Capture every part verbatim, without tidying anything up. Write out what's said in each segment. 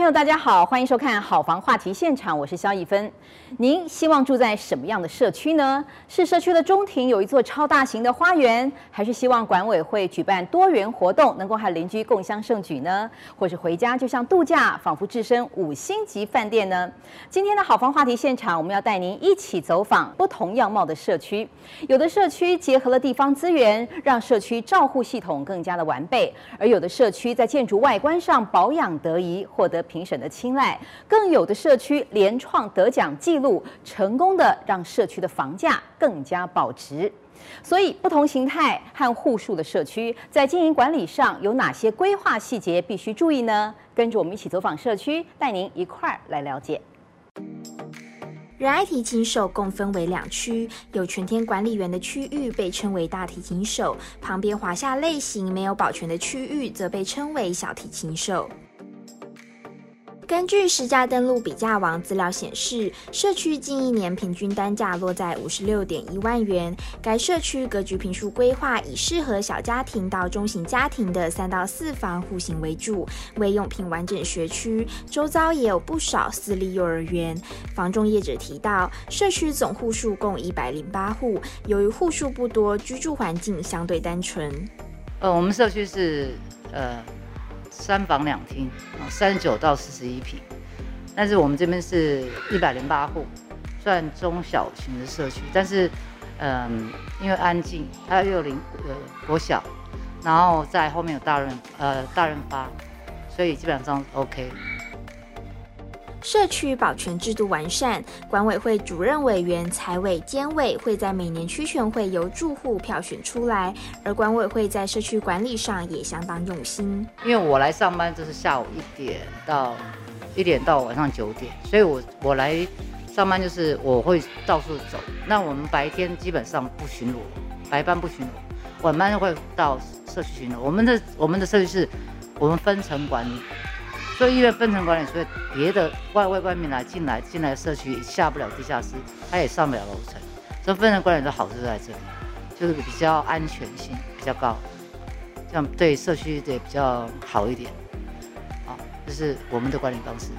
朋友，大家好，欢迎收看《好房话题现场》，我是萧逸芬。您希望住在什么样的社区呢？是社区的中庭有一座超大型的花园，还是希望管委会举办多元活动，能够和邻居共襄盛举呢？或是回家就像度假，仿佛置身五星级饭店呢？今天的好房话题现场，我们要带您一起走访不同样貌的社区。有的社区结合了地方资源，让社区照护系统更加的完备；而有的社区在建筑外观上保养得宜，获得评审的青睐，更有的社区连创得奖纪录，成功的让社区的房价更加保值。所以，不同形态和户数的社区在经营管理上有哪些规划细节必须注意呢？跟着我们一起走访社区，带您一块儿来了解。 仁爱提琴手共分为两区，有全天管理员的区域被称为大提琴手，旁边华夏类型没有保全的区域则被称为小提琴手。根据实价登录比价网资料显示，社区近一年平均单价落在 五十六点一万元。该社区格局坪数规划以适合小家庭到中型家庭的三到四房户型为主，为用品完整学区，周遭也有不少私立幼儿园。房仲业者提到，社区总户数共一百零八户，由于户数不多，居住环境相对单纯。 呃，我们社区是呃。三房两厅，三十九到四十一坪，但是我们这边是一百零八户，算中小型的社区，但是，嗯，因为安静，它又有邻呃国小，然后在后面有大润呃大润发，所以基本上 OK。 社区保全制度完善，管委会主任委员、财委、监委会在每年区选会由住户票选出来，而管委会在社区管理上也相当用心。 因为我来上班就是下午一点到一点到晚上九点，所以我我来上班就是我会到处走。那我们白天基本上不巡逻，白班不巡逻，晚班会到社区巡逻。我们的我们的社区是我们分层管理。所以因为分层管理，所以别的外外外面来进来进来的社区下不了地下室，他也上不了楼层。所以分层管理的好处在这里，就是比较安全性比较高，这样对社区也比较好一点。好，这是我们的管理方式。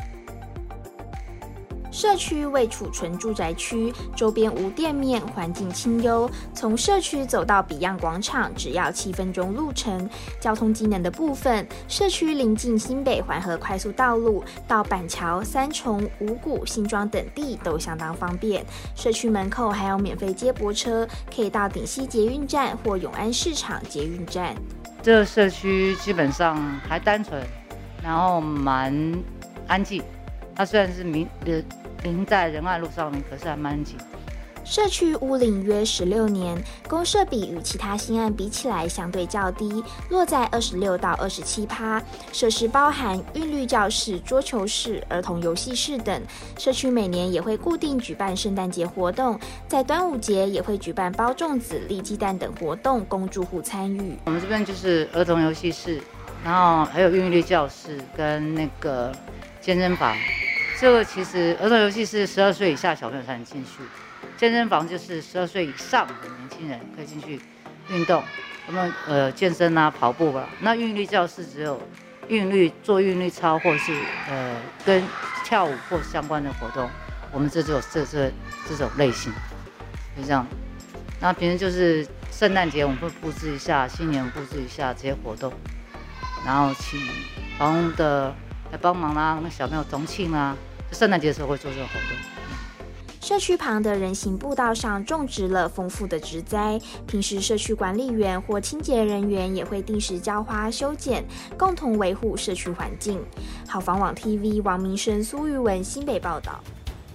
社区位处纯住宅区，周边无店面，环境清幽。从社区走到彼岸广场，只要七分钟路程。交通机能的部分，社区临近新北环河快速道路，到板桥、三重、五股、新庄等地都相当方便。社区门口还有免费接驳车，可以到顶溪捷运站或永安市场捷运站。 这个社区基本上还单纯，然后蛮安静。它虽然是民呃。临在仁爱路上面，可是还蛮安静。 社区屋龄约十六年，公设比与其他新案比起来相对较低，落在二十六到二十七趴。设施包含韵律教室、桌球室、儿童游戏室等。社区每年也会固定举办圣诞节活动，在端午节也会举办包粽子、立鸡蛋等活动，供住户参与。 我们这边就是儿童游戏室，然后还有韵律教室跟那个健身房。这个其实儿童游戏是十二岁以下小朋友才能进去，健身房就是十二岁以上的年轻人可以进去运动，我们呃健身啊、跑步啊。那韵律教室只有韵律做韵律操，或者是呃跟跳舞或相关的活动，我们这只有这这这种类型，就这样。那平时就是圣诞节我们会布置一下，新年布置一下这些活动，然后请房屋的来帮忙啦，那小朋友同庆啦，就圣诞节的时候会做这个活动。 社区旁的人行步道上种植了丰富的植栽，平时社区管理员或清洁人员也会定时浇花修剪，共同维护社区环境。好房网 T V 王明生、苏玉文新北报道。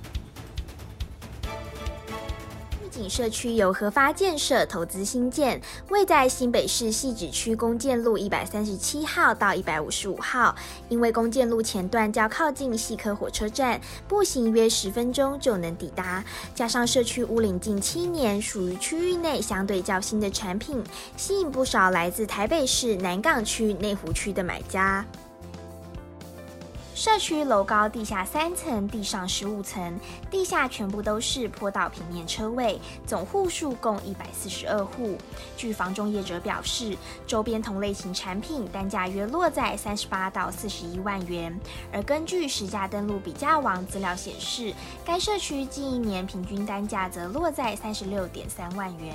社区由合发建设投资新建，位在新北市汐止区公建路一百三十七号到一百五十五号。因为公建路前段较靠近细科火车站，步行约十分钟就能抵达。加上社区屋龄近七年，属于区域内相对较新的产品，吸引不少来自台北市南港区、内湖区的买家。 社区楼高地下三层，地上十五层，地下全部都是坡道平面车位，总户数共一百四十二户。据房仲业者表示，周边同类型产品单价约落在三十八到四十一万元，而根据实价登录比价网资料显示，该社区近一年平均单价则落在三十六点三万元。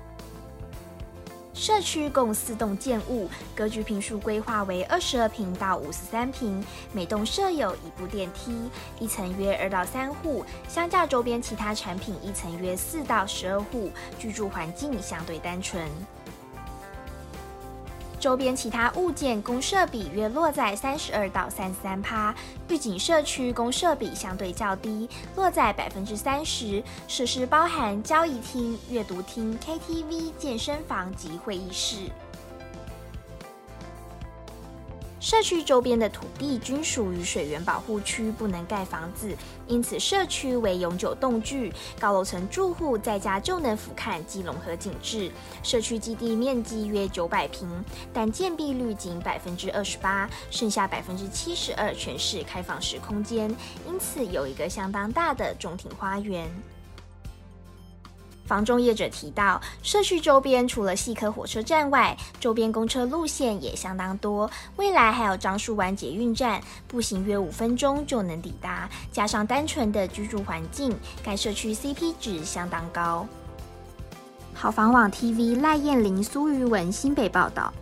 社区共四栋建物，格局坪数规划为二十二坪到五十三坪，每栋设有一部电梯，一层约二到三户，相较周边其他产品一层约四到十二户，居住环境相对单纯。周边其他物件公设比约落在三十二到三十三趴，预警社区公设比相对较低，落在百分之三十。设施包含交易厅、阅读厅、K T V、健身房及会议室。社区周边的土地均属于水源保护区，不能盖房子，因此社区为永久冻具，高楼层住户在家就能俯瞰基隆河景致。社区基地面积约九百坪，但建蔽率仅百分之二十八，剩下百分之七十二全是开放式空间，因此有一个相当大的中庭花园。房仲业者提到，社区周边除了细科火车站外，周边公车路线也相当多，未来还有樟树湾捷运站，步行约五分钟就能抵达，加上单纯的居住环境，该社区 C P 值相当高。好房网 T V 赖燕玲、苏瑜文新北报道。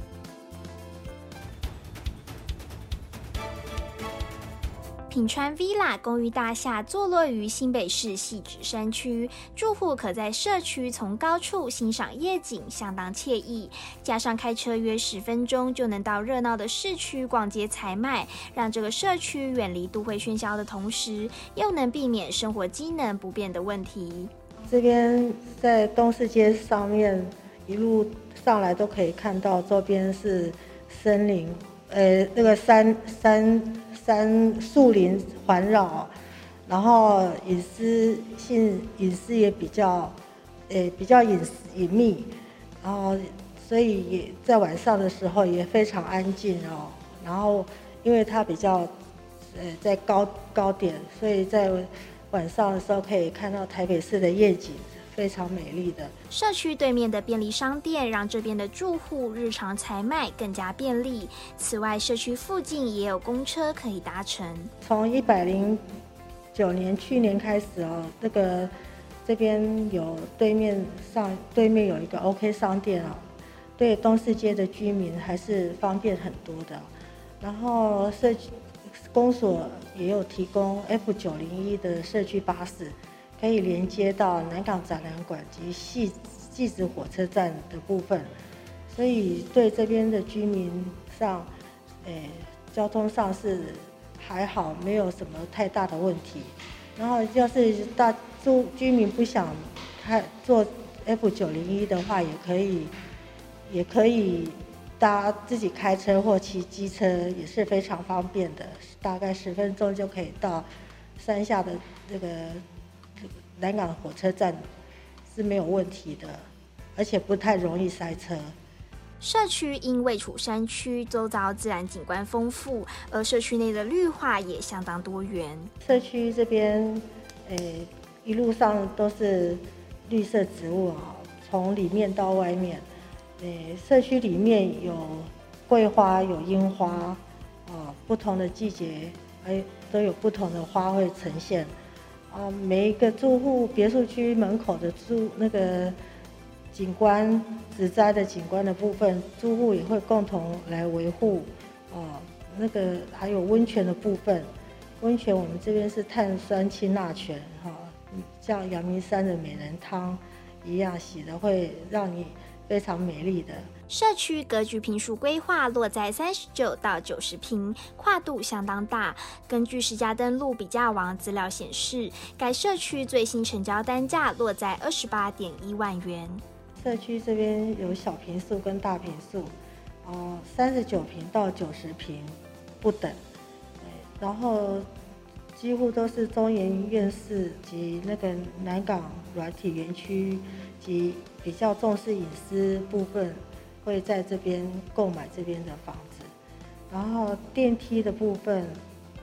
品川 Villa 公寓大厦坐落于新北市汐止山区，住户可在社区从高处欣赏夜景，相当惬意。加上开车约十分钟就能到热闹的市区逛街采买，让这个社区远离都会喧嚣的同时，又能避免生活机能不便的问题。 这边在东势街上面一路上来都可以看到，周边是森林，呃，那个山山。山树林环绕，然后隐私性隐私也比较，呃比较隐隐秘，然后所以也在晚上的时候也非常安静哦。然后因为它比较，呃在高高点，所以在晚上的时候可以看到台北市的夜景。非常美丽的社区对面的便利商店，让这边的住户日常采买更加便利。此外，社区附近也有公车可以搭乘。 从一百零九年去年开始哦，这个这边有对面上对面有一个 OK 商店哦，对东势街的居民还是方便很多的。然后社区公所也有提供 F 九零一的社区巴士。可以连接到南港展览馆及汐汐止火车站的部分，所以对这边的居民上，诶，交通上是还好，没有什么太大的问题。然后要是大住居民不想开坐 F 九零一的话，也可以，也可以搭自己开车或骑机车，也是非常方便的，大概十分钟就可以到山下的这个。南港火车站是没有问题的，而且不太容易塞车。 社区因位处山区，周遭自然景观丰富，而社区内的绿化也相当多元。 社区这边，诶，一路上都是绿色植物啊，从里面到外面。诶，社区里面有桂花，有樱花，啊，不同的季节，哎，都有不同的花卉呈现。啊，每一个住户别墅区门口的住那个景观植栽的景观的部分，住户也会共同来维护。哦，那个还有温泉的部分，温泉我们这边是碳酸氢钠泉，哈、哦，像阳明山的美人汤一样，洗的会让你非常美丽的。 社区格局坪数规划落在三十九到九十坪，跨度相当大。根据实价登录比价网资料显示，该社区最新成交单价落在二十八点一万元。 社区这边有小坪数跟大坪数，哦，三十九坪到九十坪不等，然后几乎都是中研院士及那个南港软体园区及比较重视隐私部分。会在这边购买这边的房子，然后电梯的部分，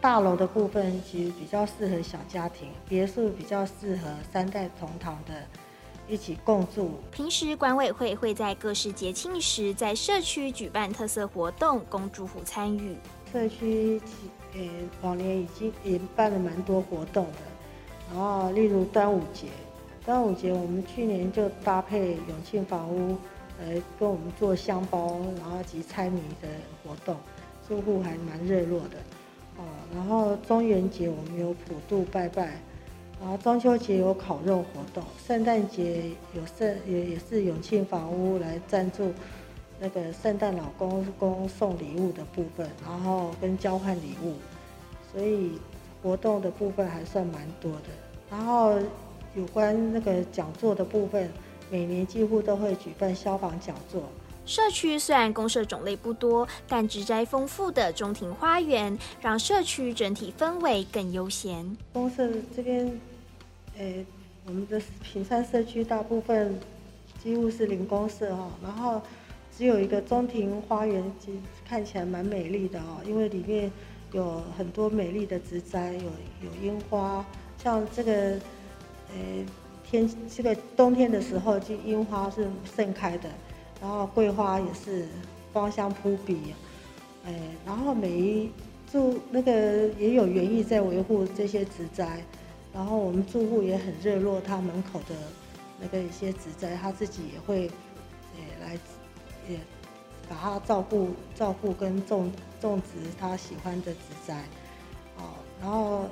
大楼的部分其实比较适合小家庭，别墅比较适合三代同堂的一起共住。 平时管委会会在各式节庆时，在社区举办特色活动，供住户参与。 社区呃往年已经也办了蛮多活动的，然后例如端午节，端午节我们去年就搭配永庆房屋来跟我们做香包，然后及猜谜的活动，住户还蛮热络的。哦，然后中元节我们有普渡拜拜，然后中秋节有烤肉活动，圣诞节有圣也也是永庆房屋来赞助那个圣诞老公公送礼物的部分，然后跟交换礼物，所以活动的部分还算蛮多的。然后有关那个讲座的部分，每年几乎都会举办消防讲座。 社区虽然公社种类不多，但植栽丰富的中庭花园让社区整体氛围更悠闲。 公社这边，诶，我们的屏山社区大部分几乎是零公社哈，然后只有一个中庭花园，其实看起来蛮美丽的哦，因为里面有很多美丽的植栽，有有樱花，像这个，诶，天这个冬天的时候，就樱花是盛开的。然后桂花也是芳香扑鼻，哎，然后每一住那个也有园艺在维护这些植栽，然后我们住户也很热络，他门口的那个一些植栽，他自己也会，也来也把它照顾照顾跟种种植他喜欢的植栽，哦，然后，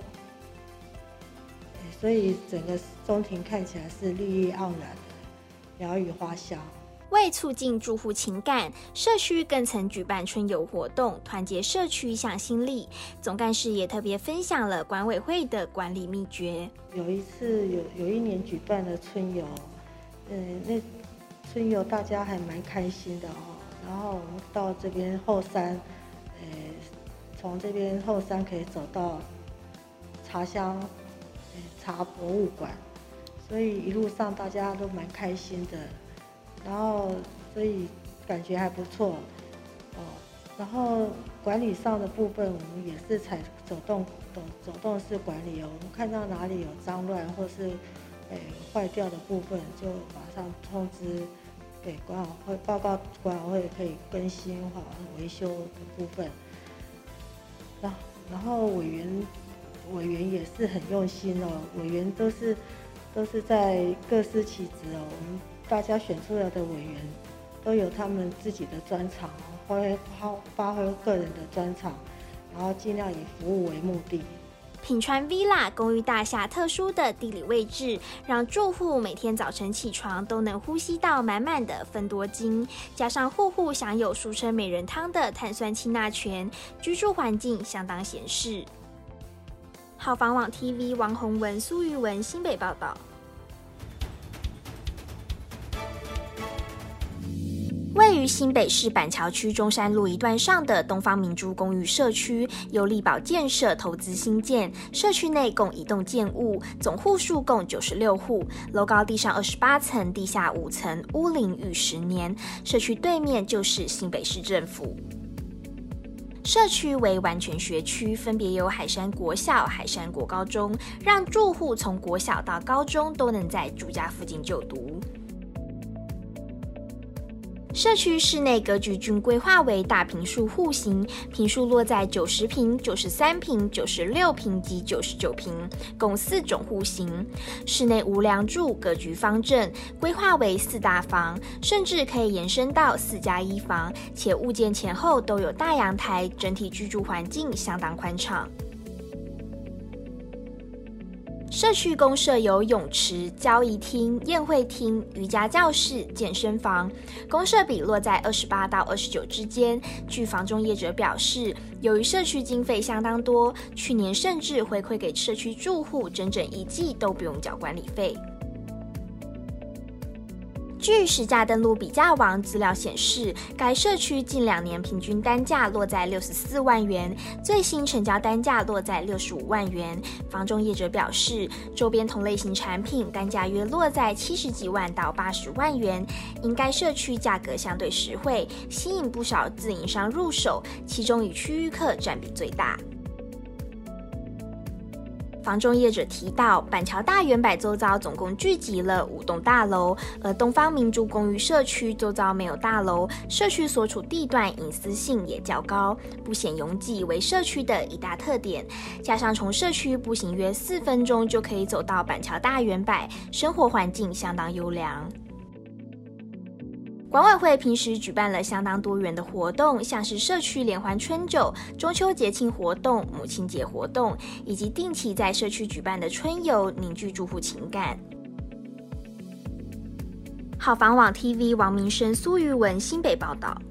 所以整个中庭看起来是绿意盎然的，鸟语花香。 为促进住户情感，社区更曾举办春游活动，团结社区向心力。总干事也特别分享了管委会的管理秘诀。 有一次有有一年举办了春游，嗯，那春游大家还蛮开心的哦。然后我们到这边后山，呃，从这边后山可以走到茶乡，呃，茶博物馆，所以一路上大家都蛮开心的。然后，所以感觉还不错，哦。然后管理上的部分，我们也是采走动走走动式管理哦。我们看到哪里有脏乱或是诶坏掉的部分，就马上通知给管委会，报告管委会可以更新好维修的部分。然然后委员委员也是很用心哦，委员都是都是在各司其职哦。我们大家选出来的委员都有他们自己的专长，发挥发挥个人的专长，然后尽量以服务为目的。 品川 Villa 公寓大厦特殊的地理位置，让住户每天早晨起床都能呼吸到满满的芬多精，加上户户享有俗称美人汤的碳酸氢钠泉，居住环境相当闲适。好房网 T V 王宏文、苏玉文新北报道。位于新北市板桥区中山路一段上的东方明珠公寓社区，由力宝建设投资新建，社区内共一栋建物，总户数共九十六户，楼高地上二十八层，地下五层，屋龄逾十年。社区对面就是新北市政府。社区为完全学区，分别有海山国小、海山国高中，让住户从国小到高中都能在住家附近就读。社区室内格局均规划为大坪数户型，坪数落在九十坪、九十三坪、九十六坪及九十九坪，共四种户型。室内无梁柱，格局方正，规划为四大房，甚至可以延伸到四加一房，且物件前后都有大阳台，整体居住环境相当宽敞。社区公设有泳池、交易厅、宴会厅、瑜伽教室、健身房，公设比落在二十八到二十九之间。据房仲业者表示，由于社区经费相当多，去年甚至回馈给社区住户整整一季都不用缴管理费。据实价登录比价网资料显示，该社区近两年平均单价落在六十四万元，最新成交单价落在六十五万元。房仲业者表示，周边同类型产品单价约落在七十几万到八十万元，因该社区价格相对实惠，吸引不少自营商入手，其中以区域客占比最大。 房仲业者提到，板桥大圆柏周遭总共聚集了五栋大楼，而东方明珠公寓社区周遭没有大楼，社区所处地段隐私性也较高，不显拥挤为社区的一大特点。加上从社区步行约四分钟就可以走到板桥大圆柏，生活环境相当优良。管委会平时举办了相当多元的活动，像是社区联欢春酒、中秋节庆活动、母亲节活动，以及定期在社区举办的春游，凝聚住户情感。好房网 T V 王明生、苏玉文新北报道。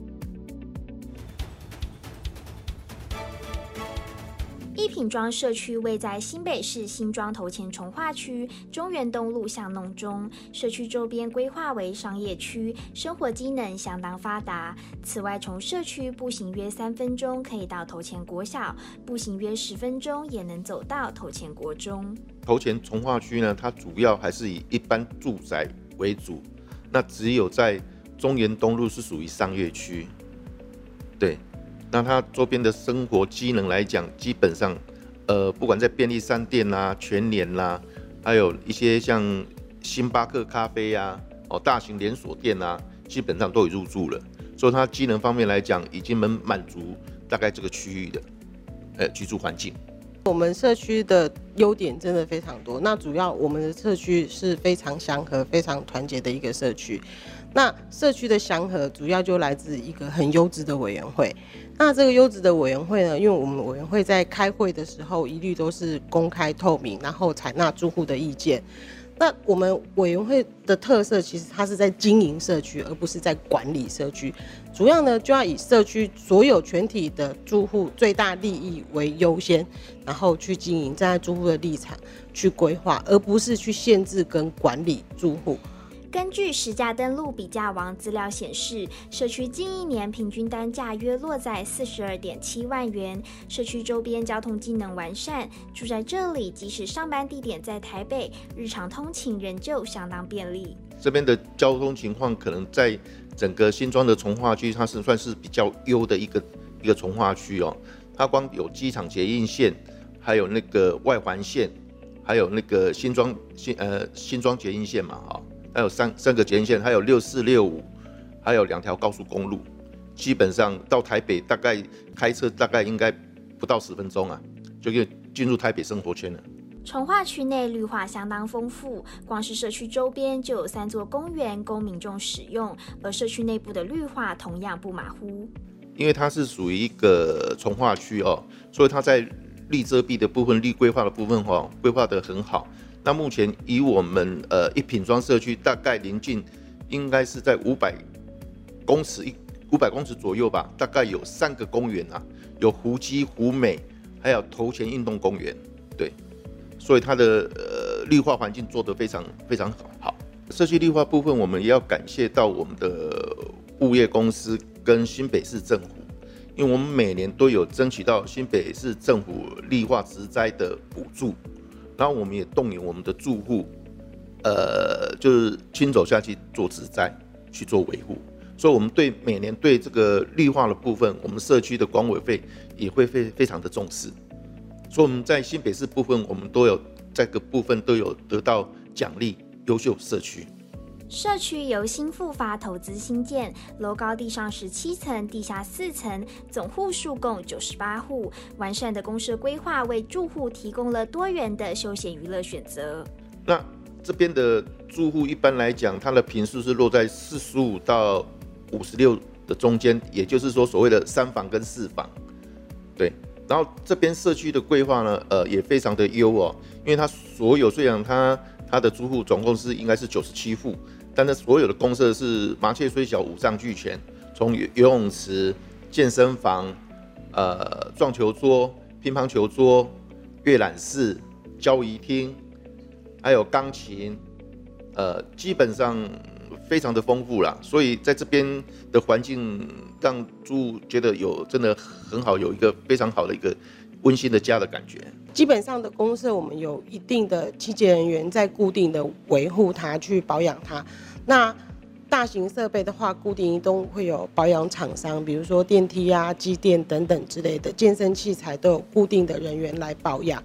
一品庄社区位在新北市新庄头前重划区中原东路巷弄中，社区周边规划为商业区，生活机能相当发达。此外，从社区步行约三分钟可以到头前国小，步行约十分钟也能走到头前国中。 头前重划区呢，它主要还是以一般住宅为主，那只有在中原东路是属于商业区，对。那它周边的生活机能来讲，基本上，呃，不管在便利商店啦、啊、全联啦、啊，还有一些像星巴克咖啡啊、哦大型连锁店啊，基本上都已入驻了。所以它机能方面来讲，已经能满足大概这个区域的，呃，居住环境。 我们社区的优点真的非常多。那主要我们的社区是非常祥和、非常团结的一个社区。那社区的祥和主要就来自一个很优质的委员会。那这个优质的委员会呢，因为我们委员会在开会的时候一律都是公开透明，然后采纳住户的意见。那我们委员会的特色，其实它是在经营社区，而不是在管理社区。主要呢，就要以社区所有全体的住户最大利益为优先，然后去经营，站在住户的立场去规划，而不是去限制跟管理住户。 根据实价登录比价网资料显示，社区近一年平均单价约落在 四十二点七万元。社区周边交通机能完善，住在这里即使上班地点在台北，日常通勤仍旧相当便利。 这边的交通情况可能在整个新庄的从化区，它是算是比较优的一个一个从化区哦。它光有机场捷运线，还有那个外环线，还有那个新庄新呃新庄捷运线嘛哈。还有三三个捷运线，还有六四六五，还有两条高速公路，基本上到台北大概开车大概应该不到十分钟啊，就可以进入台北生活圈了。 重划区内绿化相当丰富，光是社区周边就有三座公园供民众使用，而社区内部的绿化同样不马虎。 因为它是属于一个重划区哦，所以它在绿遮蔽的部分、绿规划的部分哦，规划得很好。那目前以我们呃一品庄社区大概临近，应该是在五百公尺一五百公尺左右吧，大概有三个公园啊，有湖基、湖美，还有头前运动公园，对，所以它的呃绿化环境做得非常非常好。社区绿化部分，我们也要感谢到我们的物业公司跟新北市政府，因为我们每年都有争取到新北市政府绿化植栽的补助。然后我们也动员我们的住户，呃，就是亲走下去做植栽，去做维护。所以，我们对每年对这个绿化的部分，我们社区的管委会也会非非常的重视。所以，我们在新北市部分，我们都有这个部分都有得到奖励，优秀社区。 社区由新复发投资新建，楼高地上十七层，地下四层，总户数共九十八户。完善的公社规划为住户提供了多元的休闲娱乐选择。 那这边的住户一般来讲，它的坪数是落在四十五到五十六的中间，也就是说所谓的三房跟四房。对，然后这边社区的规划呢，呃，也非常的优哦，因为它所有虽然它它的住户总共是应该是九十七户。但是所有的公设是麻雀虽小五脏俱全，从游泳池、健身房、呃撞球桌、乒乓球桌、阅览室、交谊厅，还有钢琴，呃，基本上非常的丰富啦。所以在这边的环境让住户觉得有真的很好，有一个非常好的一个温馨的家的感觉。 基本上的公设，我们有一定的清洁人员在固定的维护它，去保养它。那大型设备的话，固定都会有保养厂商，比如说电梯啊、机电等等之类的，健身器材都有固定的人员来保养。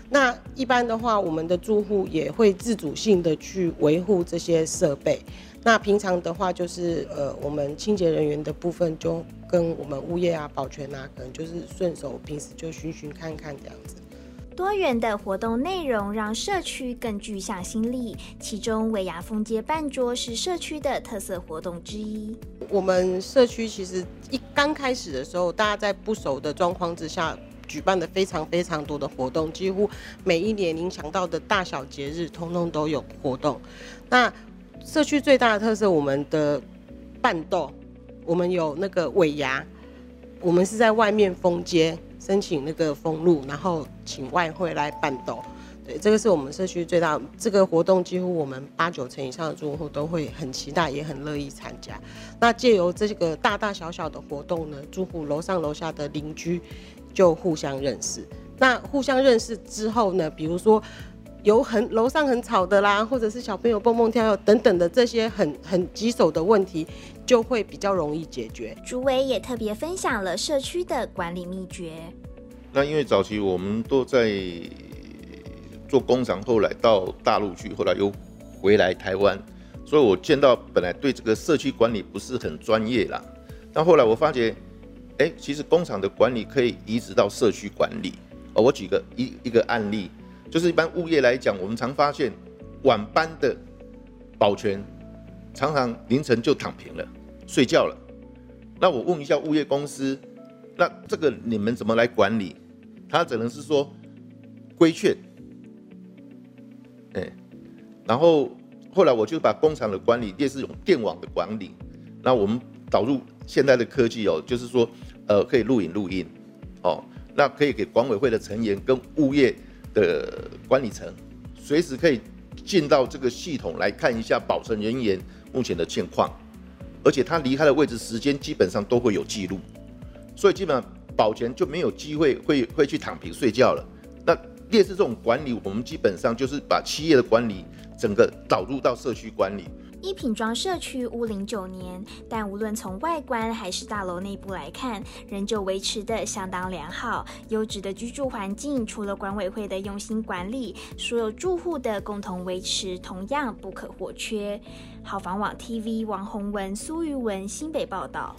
那一般的话，我们的住户也会自主性的去维护这些设备。那平常的话，就是呃，我们清洁人员的部分就跟我们物业啊、保全啊，可能就是顺手平时就巡巡看看这样子。 多元的活动内容让社区更具向心力，其中尾牙封街办桌是社区的特色活动之一。 我们社区其实一刚开始的时候，大家在不熟的状况之下，举办的非常非常多的活动，几乎每一年您想到的大小节日，通通都有活动。那社区最大的特色，我们的办斗，我们有那个尾牙，我们是在外面封街，申请那个封路，然后请外汇来办斗。对，这个是我们社区最大这个活动，几乎我们八九成以上的住户都会很期待，也很乐意参加。那借由这个大大小小的活动呢，住户楼上楼下的邻居就互相认识。那互相认识之后呢，比如说有很楼上很吵的啦，或者是小朋友蹦蹦跳跳等等的这些很很棘手的问题，就会比较容易解决。 主委也特别分享了社区的管理秘诀。 那因为早期我们都在做工厂，后来到大陆去，后来又回来台湾，所以我见到本来对这个社区管理不是很专业啦。但后来我发觉，哎、欸，其实工厂的管理可以移植到社区管理。哦，我举个一一个案例。就是一般物业来讲，我们常发现晚班的保全常常凌晨就躺平了，睡觉了。那我问一下物业公司，那这个你们怎么来管理？他只能是说规劝，哎，然后后来我就把工厂的管理类似这种电网的管理，那我们导入现代的科技哦，就是说呃可以录影录音哦，那可以给管委会的成员跟物业的管理层随时可以进到这个系统来看一下保存人员目前的现况，而且他离开的位置时间基本上都会有记录，所以基本上保全就没有机会会会去躺平睡觉了。那类似这种管理，我们基本上就是把企业的管理整个导入到社区管理。 一品庄社区屋龄九年，但无论从外观还是大楼内部来看，仍旧维持得相当良好。优质的居住环境，除了管委会的用心管理，所有住户的共同维持同样不可或缺。好房网 T V 王宏文、苏玉文新北报道。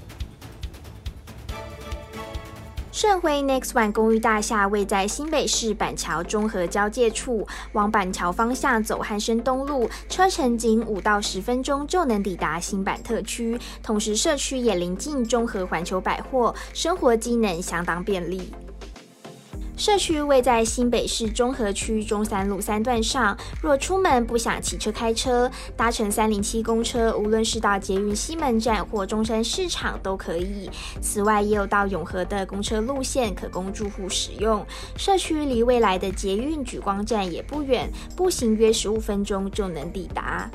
盛辉 Next One 公寓大厦位在新北市板桥中和交界处，往板桥方向走汉生东路，车程仅五到十分钟就能抵达新板特区。同时，社区也临近中和环球百货，生活机能相当便利。社区位在新北市中和区中山路三段上，若出门不想骑车开车，搭乘三零七公车，无论是到捷运西门站或中山市场都可以。此外，也有到永和的公车路线可供住户使用。社区离未来的捷运莒光站也不远，步行约十五分钟就能抵达。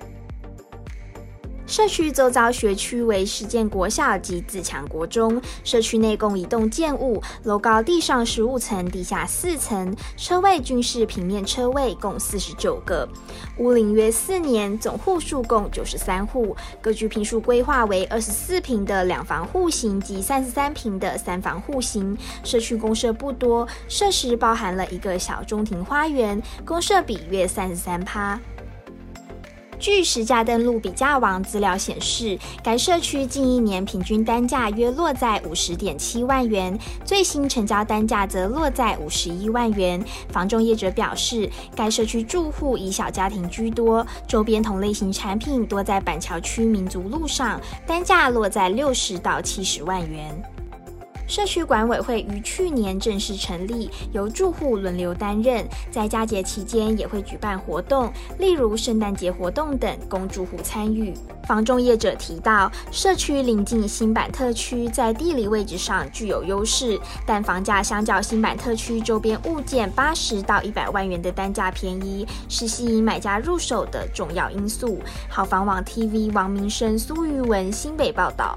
社区周遭学区为实践国小及自强国中，社区内共一栋建物，楼高地上十五层，地下四层，车位均是平面车位，共四十九个，屋龄约四年，总户数共九十三户，各居坪数规划为二十四坪的两房户型及三十三坪的三房户型。社区公设不多，设施包含了一个小中庭花园，公设比约三十三趴。据实价登录比价网资料显示，该社区近一年平均单价约落在 五十点七万元，最新成交单价则落在五十一万元。房仲业者表示，该社区住户以小家庭居多，周边同类型产品多在板桥区民族路上，单价落在六十到七十万元。社区管委会于去年正式成立，由住户轮流担任，在佳节期间也会举办活动，例如圣诞节活动等，供住户参与。房仲业者提到，社区临近新板特区，在地理位置上具有优势，但房价相较新板特区周边物件八十到一百万元的单价便宜，是吸引买家入手的重要因素。好房网 T V 王明生、苏玉文新北报道。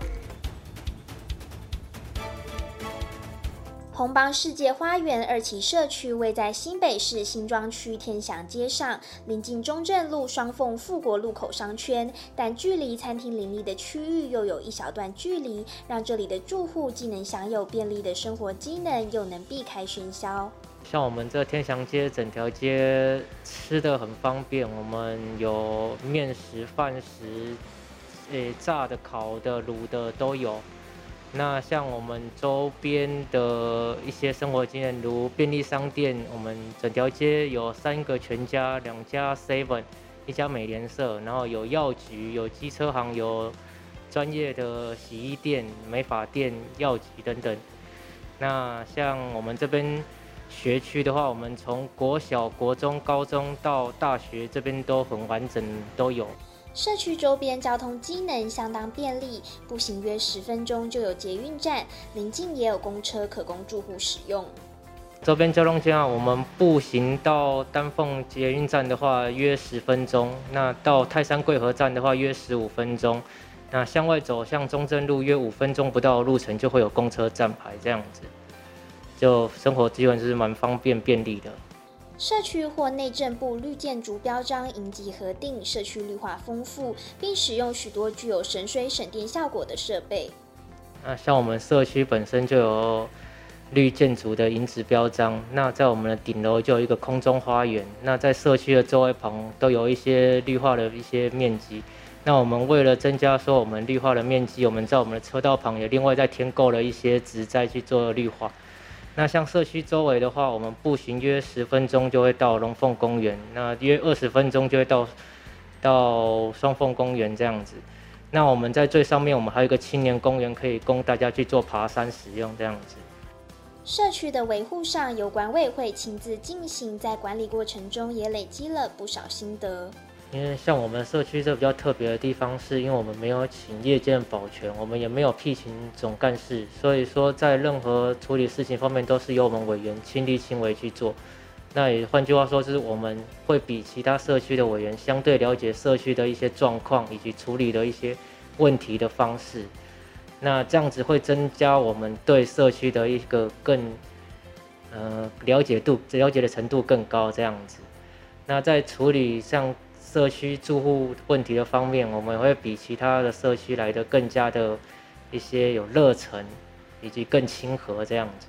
红邦世界花园二期社区位在新北市新庄区天祥街上，临近中正路双凤富国路口商圈，但距离餐厅林立的区域又有一小段距离，让这里的住户既能享有便利的生活机能，又能避开喧嚣。 像我们这天祥街整条街吃的很方便，我们有面食、饭食，诶，炸的、烤的、卤的都有。那像我们周边的一些生活经验，如便利商店，我们整条街有三个全家、两家 seven、一家美联社，然后有药局、有机车行、有专业的洗衣店、美发店、药局等等。那像我们这边学区的话，我们从国小、国中、高中到大学这边都很完整，都有。 社区周边交通机能相当便利，步行约十分钟就有捷运站，邻近也有公车可供住户使用。 周边交通街啊，我们步行到丹凤捷运站的话约十分钟，那到泰山贵和站的话约十五分钟，那向外走向中正路约五分钟不到的路程就会有公车站牌，这样子，就生活基本是蛮方便便利的。 社区或内政部绿建筑标章应即核定，社区绿化丰富，并使用许多具有省水省电效果的设备。 那像我们社区本身就有绿建筑的银质标章，那在我们的顶楼就有一个空中花园，那在社区的周围旁都有一些绿化的一些面积。那我们为了增加说我们绿化的面积，我们在我们的车道旁也另外再添购了一些植栽去做绿化。那像社区周围的话，我们步行约十分钟就会到龙凤公园，那约二十分钟就会到到双凤公园这样子。那我们在最上面，我们还有一个青年公园，可以供大家去做爬山使用这样子。 社区的维护上，由管委会亲自进行，在管理过程中也累积了不少心得。 因为像我们社区这比较特别的地方，是因为我们没有请夜间保全，我们也没有聘请总干事，所以说在任何处理事情方面都是由我们委员亲力亲为去做。那也换句话说，就是我们会比其他社区的委员相对了解社区的一些状况以及处理的一些问题的方式。那这样子会增加我们对社区的一个更呃了解度、了解的程度更高这样子。那在处理像社区住户问题的方面，我们会比其他的社区来的更加的一些有热忱，以及更亲和这样子。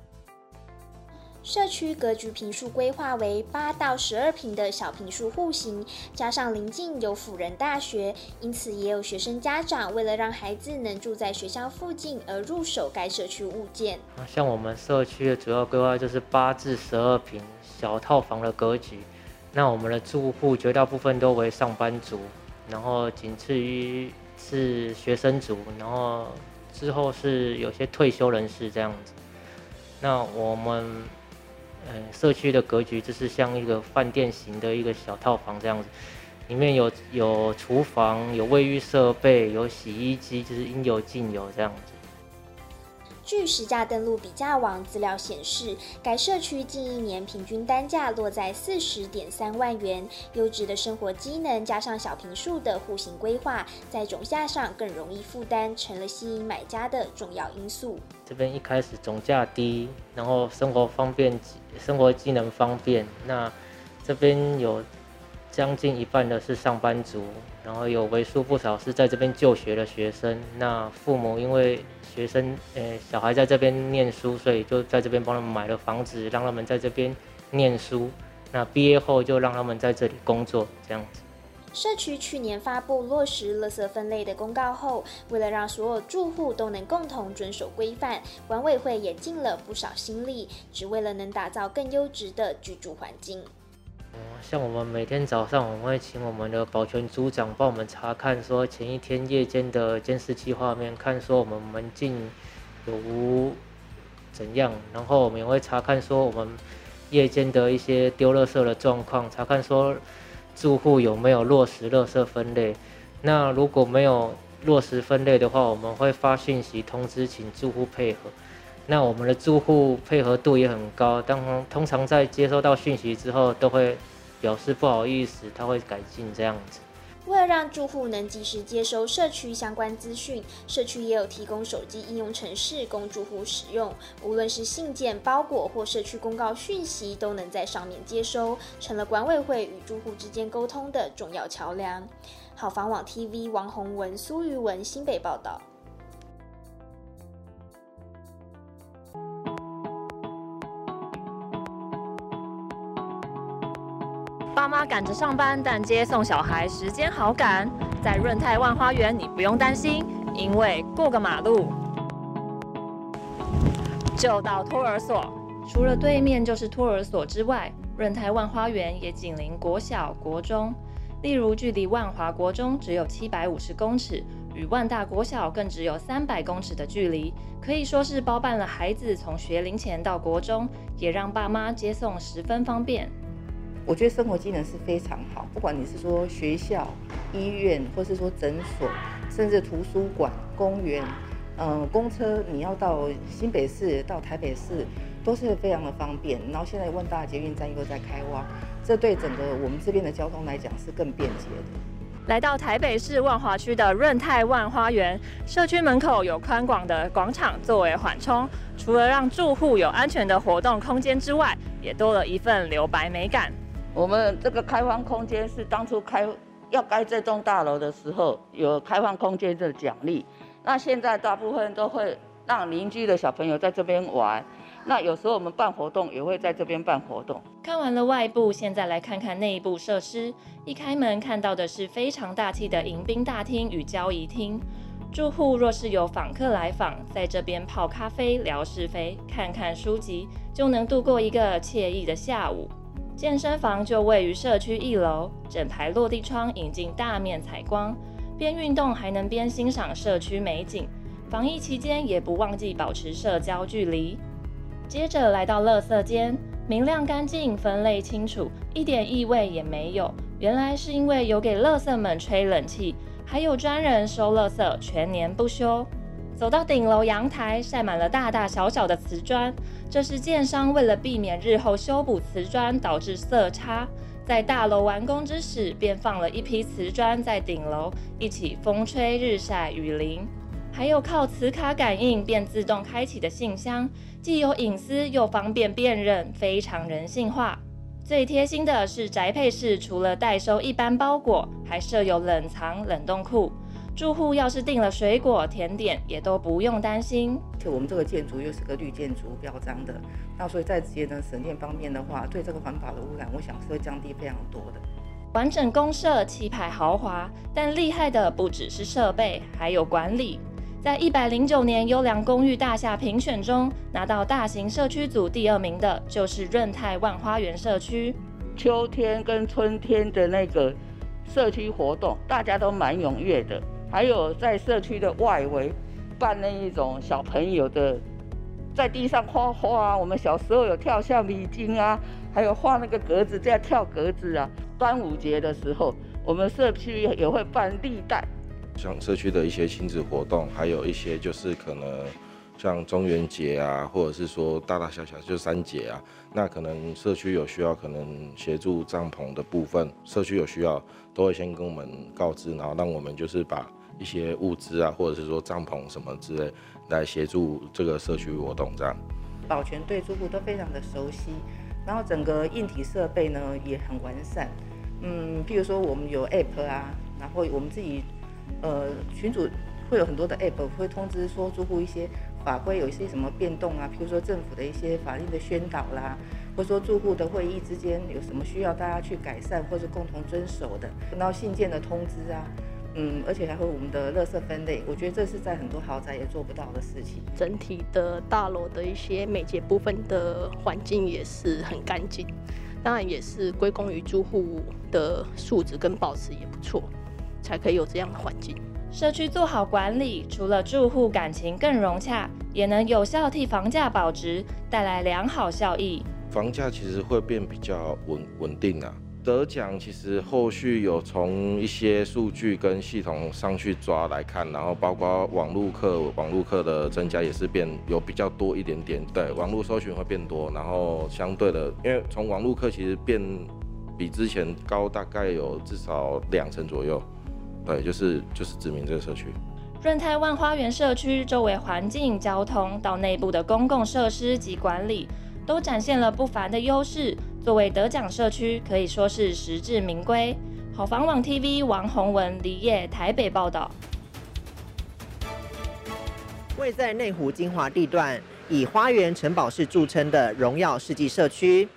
社区格局坪数规划为八到十二坪的小坪数户型，加上邻近有辅仁大学，因此也有学生家长为了让孩子能住在学校附近而入手该社区物件。 像我们社区的主要规划就是八至十二坪小套房的格局。那我们的住户绝大部分都为上班族，然后仅次于是学生族，然后之后是有些退休人士这样子。那我们呃社区的格局就是像一个饭店型的一个小套房这样子，里面有有厨房、有卫浴设备、有洗衣机，就是应有尽有这样子。 据实价登录比价网资料显示，该社区近一年平均单价落在四十点三万元，优质的生活机能加上小坪数的户型规划，在总价上更容易负担，成了吸引买家的重要因素。 这边一开始总价低，然后生活方便，生活机能方便。那这边有将近一半的是上班族，然后有为数不少是在这边就学的学生。那父母因为学生，呃，小孩在这边念书，所以就在这边帮他们买了房子，让他们在这边念书。那毕业后就让他们在这里工作，这样子。 社区去年发布落实垃圾分类的公告后，为了让所有住户都能共同遵守规范，管委会也尽了不少心力，只为了能打造更优质的居住环境。 像我们每天早上，我们会请我们的保全组长帮我们查看，说前一天夜间的监视器画面，看说我们门禁有无怎样，然后我们也会查看说我们夜间的一些丢垃圾的状况，查看说住户有没有落实垃圾分类。那如果没有落实分类的话，我们会发讯息通知，请住户配合。那我们的住户配合度也很高，当通常在接收到讯息之后，都会表示不好意思，他会改进这样子。 为了让住户能及时接收社区相关资讯，社区也有提供手机应用程式供住户使用，无论是信件、包裹或社区公告讯息，都能在上面接收，成了管委会与住户之间沟通的重要桥梁。好房网 T V 王宏文、苏瑜文新北报道。 爸妈赶着上班，但接送小孩时间好赶。在润泰万花园，你不用担心，因为过个马路就到托儿所。除了对面就是托儿所之外，润泰万花园也紧邻国小、国中。例如，距离万华国中只有七百五十公尺，与万大国小更只有三百公尺的距离，可以说是包办了孩子从学龄前到国中，也让爸妈接送十分方便。 我觉得生活机能是非常好，不管你是说学校、医院，或是说诊所，甚至图书馆、公园，嗯，公车你要到新北市、到台北市都是非常的方便。然后现在万大捷运站又在开挖，这对整个我们这边的交通来讲是更便捷的。 来到台北市万华区的润泰万花园社区门口，有宽广的广场作为缓冲，除了让住户有安全的活动空间之外，也多了一份留白美感。 我们这个开放空间是当初开要盖这栋大楼的时候有开放空间的奖励，那现在大部分都会让邻居的小朋友在这边玩。那有时候我们办活动也会在这边办活动。 看完了外部，现在来看看内部设施。一开门看到的是非常大气的迎宾大厅与交谊厅。住户若是有访客来访，在这边泡咖啡、聊是非、看看书籍，就能度过一个惬意的下午。健身房就位于社区一楼，整排落地窗引进大面采光，边运动还能边欣赏社区美景。防疫期间也不忘记保持社交距离。接着来到垃圾间，明亮干净，分类清楚，一点异味也没有。原来是因为有给垃圾们吹冷气，还有专人收垃圾，全年不休。走到顶楼阳台，晒满了大大小小的瓷砖，这是建商为了避免日后修补瓷砖导致色差，在大楼完工之时便放了一批瓷砖在顶楼，一起风吹日晒雨淋。还有靠磁卡感应便自动开启的信箱，既有隐私又方便辨认，非常人性化。最贴心的是宅配室，除了代收一般包裹，还设有冷藏冷冻库。住户要是订了水果、甜点，也都不用担心。 而且我们这个建筑又是个绿建筑标章的，那所以在节能省电方面的话，对这个环保的污染，我想是会降低非常多的。 完整公设，气派豪华，但厉害的不只是设备，还有管理。在一百零九年优良公寓大厦评选中，拿到大型社区组第二名的就是润泰万花园社区。 秋天跟春天的那个社区活动，大家都蛮踊跃的。还有在社区的外围办那一种小朋友的在地上画画啊，我们小时候有跳橡皮筋啊，还有画那个格子，这样跳格子啊。端午节的时候，我们社区也会办历代。 像社区的一些亲子活动，还有一些就是可能像中元节啊，或者是说大大小小就三节啊，那可能社区有需要，可能协助帐篷的部分，社区有需要都会先跟我们告知，然后让我们就是把一些物资啊，或者是说帐篷什么之类来协助这个社区活动这样。 保全对住户都非常的熟悉，然后整个硬体设备呢也很完善。嗯，譬如说我们有 App 啊，然后我们自己。呃，群组会有很多的 app 会通知说住户一些法规有一些什么变动啊，譬如说政府的一些法令的宣导啦，或者说住户的会议之间有什么需要大家去改善或者共同遵守的，然后信件的通知啊，嗯，而且还会我们的垃圾分类，我觉得这是在很多豪宅也做不到的事情。 整体的大楼的一些每节部分的环境也是很干净，当然也是归功于住户的素质跟保持也不错。才可以有这样的环境。 社区做好管理，除了住户感情更融洽，也能有效替房价保值，带来良好效益。 房价其实会变比较稳稳定啊。得奖其实后续有从一些数据跟系统上去抓来看，然后包括网路客，网路客的增加也是变有比较多一点点。对，网路搜寻会变多，然后相对的，因为从网路客其实变比之前高大概有至少两成左右。对，就是就是指明这个社区。 润泰万花园社区周围环境、交通到内部的公共设施及管理，都展现了不凡的优势。作为得奖社区，可以说是实至名归。好房网 T V 王宏文、黎烨台北报道。 位在内湖精华地段，以花园城堡式著称的荣耀世纪社区。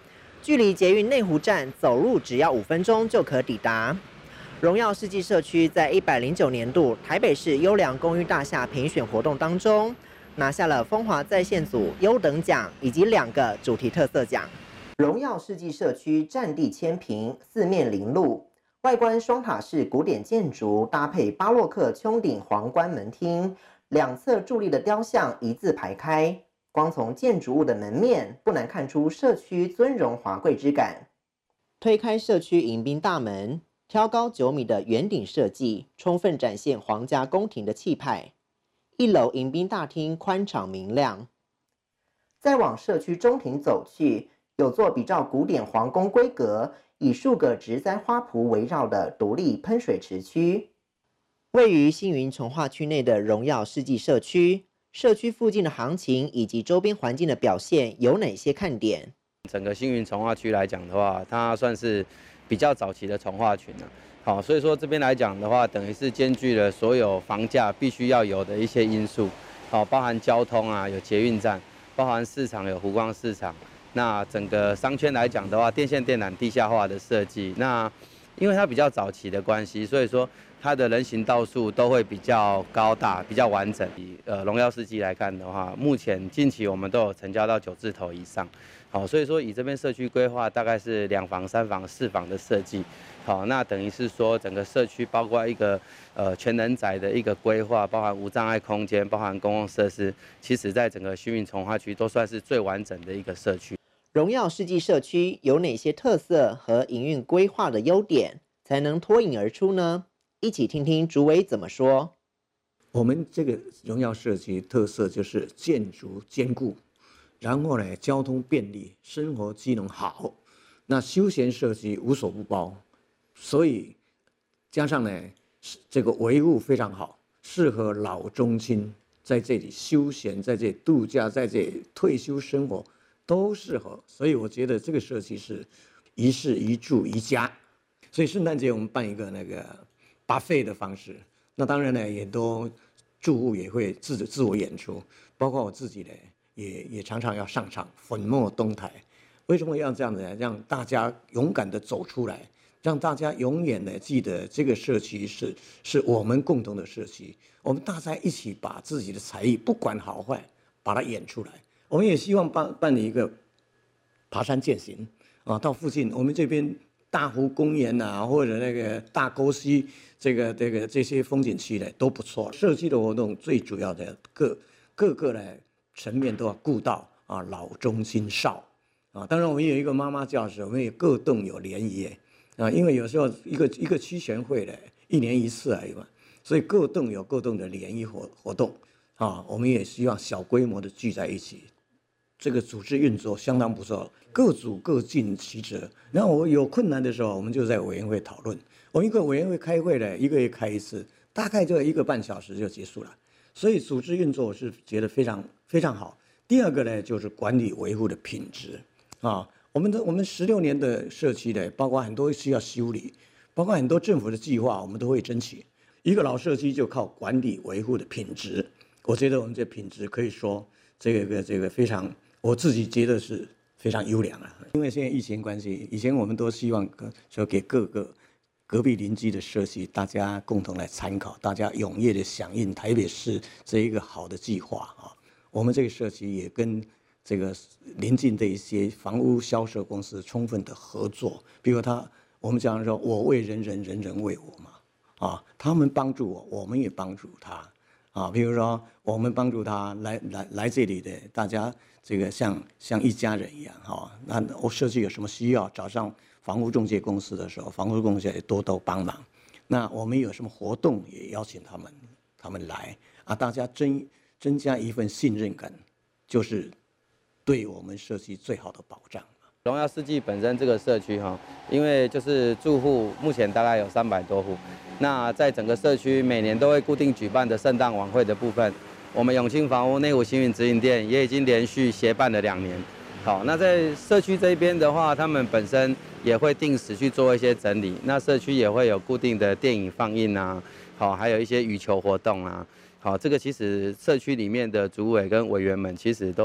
距离捷运内湖站走路只要五分钟就可抵达。荣耀世纪社区在一百零九年度台北市优良公寓大厦评选活动当中，拿下了风华在线组优等奖以及两个主题特色奖。荣耀世纪社区占地千坪，四面临路，外观双塔式古典建筑搭配巴洛克穹顶皇冠门厅，两侧伫立的雕像一字排开，光从建筑物的门面不难看出社区尊荣华贵之感。推开社区迎宾大门，挑高九米的圆顶设计，充分展现皇家宫廷的气派。一楼迎宾大厅宽敞明亮。再往社区中庭走去，有座比照古典皇宫规格，以数个植栽花圃围绕的独立喷水池区。位于星云重划区内的荣耀世纪社区，社区附近的行情以及周边环境的表现有哪些看点？ 整个星云重划区来讲的话，它算是比较早期的重划群了。好，所以说这边来讲的话，等于是兼具了所有房价必须要有的一些因素。好，包含交通啊，有捷运站，包含市场有湖光市场。那整个商圈来讲的话，电线电缆地下化的设计，那因为它比较早期的关系，所以说它的人行道数都会比较高大、比较完整。以呃荣耀世纪来看的话，目前近期我们都有成交到九字头以上。好，所以说以这边社区规划大概是两房、三房、四房的设计。好，那等于是说整个社区包括一个呃全人宅的一个规划，包含无障碍空间，包含公共设施，其实在整个星云重划区都算是最完整的一个社区。 荣耀世纪社区有哪些特色和营运规划的优点，才能脱颖而出呢？一起听听主委怎么说。 我们这个荣耀社区特色就是建筑坚固，然后呢交通便利，生活机能好，那休闲社区无所不包，所以加上呢这个维护非常好，适合老中青在这里休闲，在这里度假，在这里退休生活都适合，所以我觉得这个社区是一室一住一家。所以圣诞节我们办一个那个buffet的方式，那当然呢也都住户也会自自我演出，包括我自己呢也也常常要上场粉墨登台。为什么要这样子呢？让大家勇敢的走出来，让大家永远的记得这个社区是是我们共同的社区，我们大家一起把自己的才艺不管好坏把它演出来。我们也希望办办理一个爬山健行啊，到附近我们这边大湖公园啊，或者那个大沟溪这个这个这些风景区呢都不错。社区的活动最主要的各各个呢层面都要顾到啊，老中青少啊。当然我们有一个妈妈教室，我们也各栋有联谊啊，因为有时候一个一个区选会呢一年一次而已嘛，所以各栋有各栋的联谊活活动啊，我们也希望小规模的聚在一起。这个组织运作相当不错，各组各尽其责。然后我有困难的时候，我们就在委员会讨论。我们一个委员会开会呢，一个月开一次，大概就一个半小时就结束了。所以组织运作我是觉得非常非常好。第二个呢，就是管理维护的品质啊。我们的我们十六年的社区呢，包括很多需要修理，包括很多政府的计划，我们都会争取。一个老社区就靠管理维护的品质，我觉得我们这品质可以说这个这个非常。我自己觉得是非常优良啊，因为现在疫情关系，以前我们都希望说给各个隔壁邻居的社区，大家共同来参考，大家踊跃的响应台北市这一个好的计划啊。我们这个社区也跟这个邻近的一些房屋销售公司充分的合作，比如他我们讲说我为人人，人人为我嘛，啊，他们帮助我，我们也帮助他。啊，比如说我们帮助他来来来这里的，大家这个像像一家人一样哈。那我社区有什么需要，找上房屋中介公司的时候，房屋中介也多多帮忙。那我们有什么活动，也邀请他们他们来啊，大家增增加一份信任感，就是对我们社区最好的保障。 荣耀世纪本身这个社区哈，因为就是住户目前大概有三百多户，那在整个社区每年都会固定举办的圣诞晚会的部分，我们永庆房屋内湖星云直营店也已经连续协办了两年。好，那在社区这边的话，他们本身也会定时去做一些整理，那社区也会有固定的电影放映啊，好，还有一些羽球活动啊，好，这个其实社区里面的主委跟委员们其实都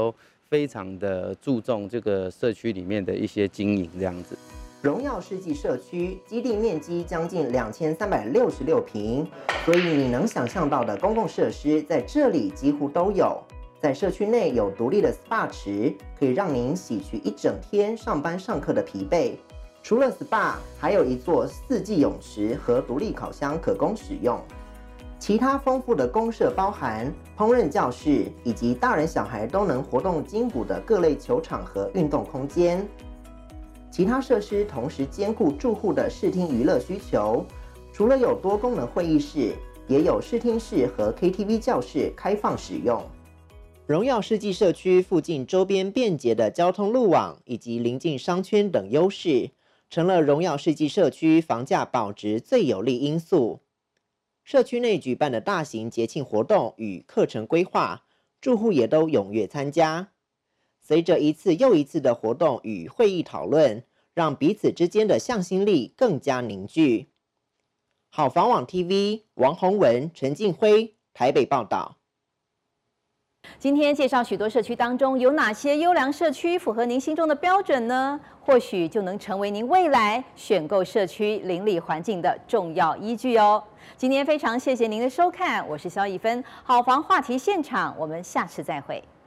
非常的注重这个社区里面的一些经营这样子。 荣耀世纪社区基地面积将近两千三百六十六平，所以你能想象到的公共设施在这里几乎都有。在社区内有独立的 S P A 池，可以让您洗去一整天上班上课的疲惫。除了 S P A， 还有一座四季泳池和独立烤箱可供使用。其他丰富的公设包含烹饪教室，以及大人小孩都能活动筋骨的各类球场和运动空间。其他设施同时兼顾住户的视听娱乐需求，除了有多功能会议室，也有视听室和 K T V 教室开放使用。荣耀世纪社区附近周边便捷的交通路网以及邻近商圈等优势，成了荣耀世纪社区房价保值最有利因素。社区内举办的大型节庆活动与课程规划，住户也都踊跃参加。随着一次又一次的活动与会议讨论，让彼此之间的向心力更加凝聚。好房网 T V 王宏文、陈敬辉台北报道。 今天介绍许多社区当中有哪些优良社区符合您心中的标准呢？或许就能成为您未来选购社区邻里环境的重要依据哦。今天非常谢谢您的收看，我是萧一芬，好房话题现场，我们下次再会。